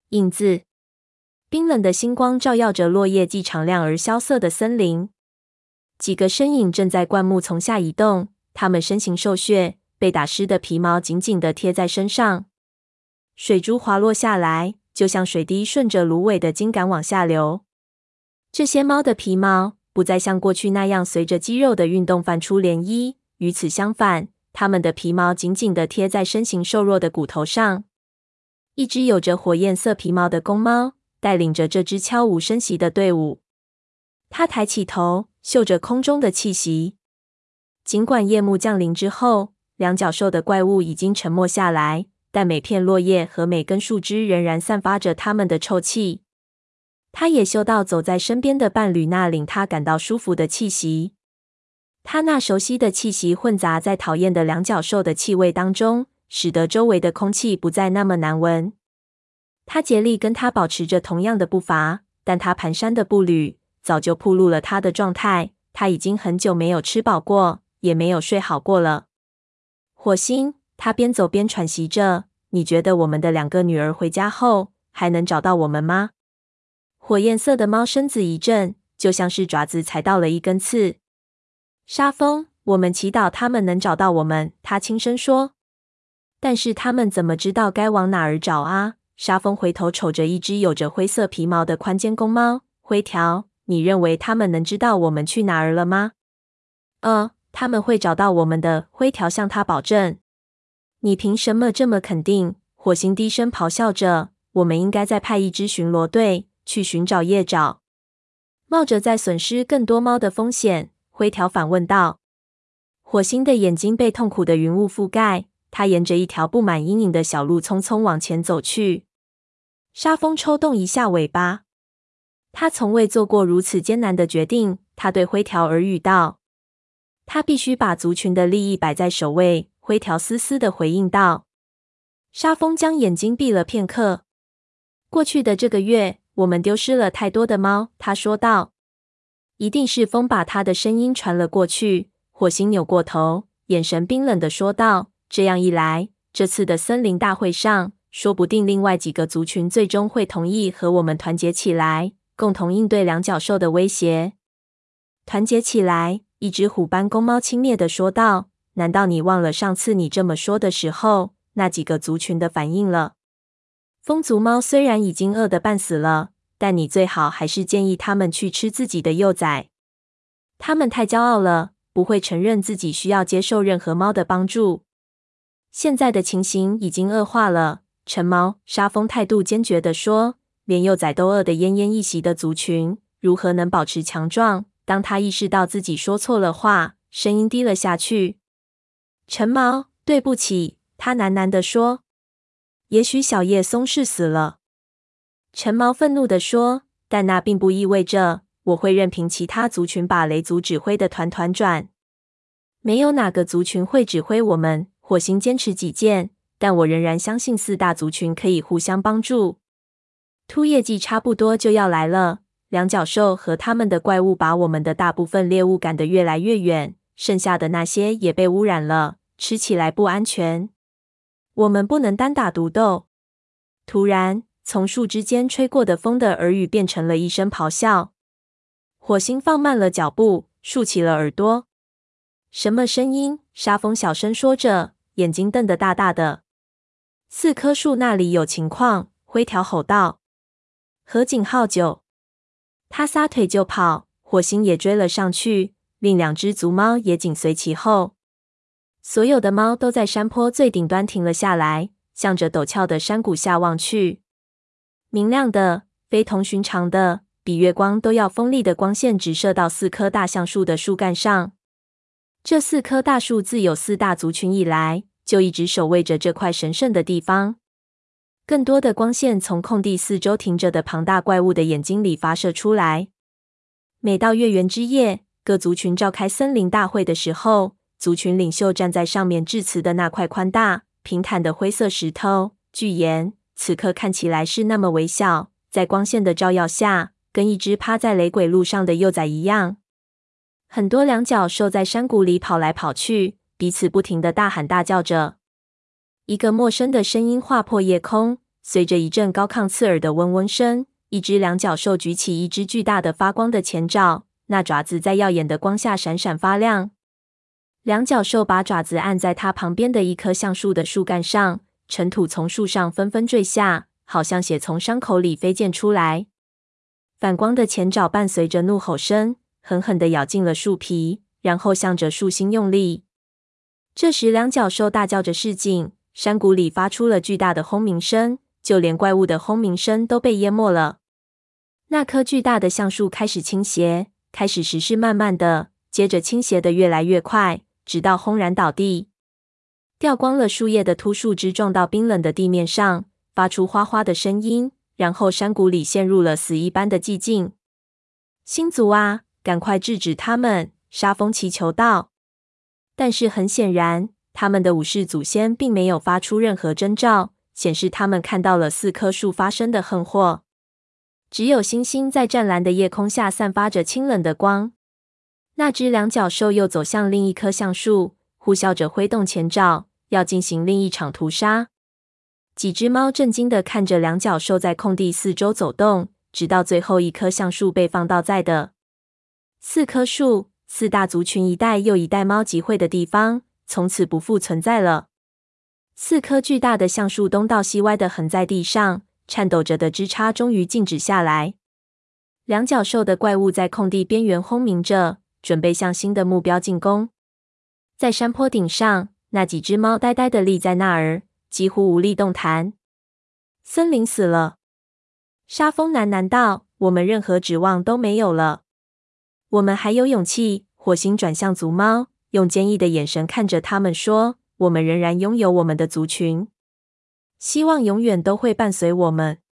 影子。冰冷的星光照耀着落叶既敞亮而萧瑟的森林。几个身影正在灌木丛下移动，他们身形瘦削，被打湿的皮毛紧紧地贴在身上。水珠滑落下来，就像水滴顺着芦苇的茎秆往下流。这些猫的皮毛不再像过去那样随着肌肉的运动泛出涟漪，与此相反，它们的皮毛紧紧地贴在身形瘦弱的骨头上。一只有着火焰色皮毛的公猫带领着这支悄无声息的队伍。它抬起头，嗅着空中的气息。尽管夜幕降临之后，两角兽的怪物已经沉默下来，但每片落叶和每根树枝仍然散发着它们的臭气。他也嗅到走在身边的伴侣那令他感到舒服的气息。他那熟悉的气息混杂在讨厌的两角兽的气味当中，使得周围的空气不再那么难闻。他竭力跟他保持着同样的步伐，但他蹒跚的步履早就暴露了他的状态。他已经很久没有吃饱过，也没有睡好过了。火星，他边走边喘息着，你觉得我们的2个女儿回家后还能找到我们吗？火焰色的猫身子一震，就像是爪子踩到了一根刺。沙风，我们祈祷他们能找到我们，他轻声说。但是他们怎么知道该往哪儿找啊？沙风回头瞅着一只有着灰色皮毛的宽肩公猫，灰条，你认为他们能知道我们去哪儿了吗？他们会找到我们的，灰条向他保证。你凭什么这么肯定？火星低声咆哮着，我们应该再派一支巡逻队去寻找夜爪。冒着再损失更多猫的风险，灰条反问道。火星的眼睛被痛苦的云雾覆盖，他沿着一条布满阴影的小路匆匆往前走去。沙风抽动一下尾巴。他从未做过如此艰难的决定，他对灰条耳语道。他必须把族群的利益摆在首位，灰条丝丝地回应道。沙风将眼睛闭了片刻。过去的这个月，我们丢失了太多的猫，他说道。一定是风把他的声音传了过去。火星扭过头，眼神冰冷地说道。这样一来，这次的森林大会上，说不定另外几个族群最终会同意和我们团结起来，共同应对两角兽的威胁。团结起来，一只虎斑公猫轻蔑地说道。难道你忘了上次你这么说的时候，那几个族群的反应了？风族猫虽然已经饿得半死了，但你最好还是建议他们去吃自己的幼崽。他们太骄傲了，不会承认自己需要接受任何猫的帮助。现在的情形已经恶化了，橙猫，沙风态度坚决地说，连幼崽都饿得奄奄一息的族群，如何能保持强壮？当他意识到自己说错了话，声音低了下去。橙毛，对不起，他喃喃地说。也许小叶松是死了。橙毛愤怒地说，但那并不意味着我会任凭其他族群把雷族指挥的团团转。没有哪个族群会指挥我们，火星坚持己见，但我仍然相信4大族群可以互相帮助。秃叶季差不多就要来了，两角兽和他们的怪物把我们的大部分猎物赶得越来越远，剩下的那些也被污染了，吃起来不安全。我们不能单打独斗。突然，从树枝间吹过的风的耳语变成了一声咆哮。火星放慢了脚步，竖起了耳朵。什么声音？沙风小声说着，眼睛瞪得大大的。4棵树那里有情况，灰条吼道。河井号9。他撒腿就跑，火星也追了上去，另2只族猫也紧随其后。所有的猫都在山坡最顶端停了下来，向着陡峭的山谷下望去。明亮的、非同寻常的、比月光都要锋利的光线直射到4棵大橡树的树干上。这4棵大树自有4大族群以来，就一直守卫着这块神圣的地方。更多的光线从空地四周停着的庞大怪物的眼睛里发射出来。每到月圆之夜，各族群召开森林大会的时候，族群领袖站在上面致辞的那块宽大、平坦的灰色石头巨岩，此刻看起来是那么微小，在光线的照耀下，跟一只趴在雷鬼路上的幼崽一样。很多两角兽在山谷里跑来跑去，彼此不停地大喊大叫着。一个陌生的声音划破夜空， 随着一阵高亢刺耳的嗡嗡声，一只两角兽举起一只巨大的发光的前爪，那爪子在耀眼的光下闪闪发亮。两角兽把爪子按在它旁边的一棵橡树的树干上，尘土从树上纷纷坠下，好像血从伤口里飞溅出来。反光的前爪伴随着怒吼声，狠狠地咬进了树皮，然后向着树心用力。这时，两角兽大叫着示警，山谷里发出了巨大的轰鸣声，就连怪物的轰鸣声都被淹没了。那棵巨大的橡树开始倾斜，开始时是慢慢的，接着倾斜得越来越快，直到轰然倒地。掉光了树叶的秃树枝撞到冰冷的地面上，发出哗哗的声音，然后山谷里陷入了死一般的寂静。星族啊，赶快制止他们！沙风祈求道。但是很显然，他们的武士祖先并没有发出任何征兆，显示他们看到了4棵树发生的横祸。只有星星在湛蓝的夜空下散发着清冷的光。那只两角兽又走向另一棵橡树，呼啸着挥动前爪，要进行另一场屠杀。几只猫震惊地看着两角兽在空地四周走动，直到最后一棵橡树被放倒在的4棵树，4大族群一代又一代猫集会的地方，从此不复存在了。4棵巨大的橡树东倒西歪地横在地上，颤抖着的枝杈终于静止下来。两角兽的怪物在空地边缘轰鸣着，准备向新的目标进攻。在山坡顶上，那几只猫呆呆地立在那儿，几乎无力动弹。森林死了，沙风喃喃道：“我们任何指望都没有了。我们还有勇气。”火星转向族猫，用坚毅的眼神看着他们说：“我们仍然拥有我们的族群，希望永远都会伴随我们。”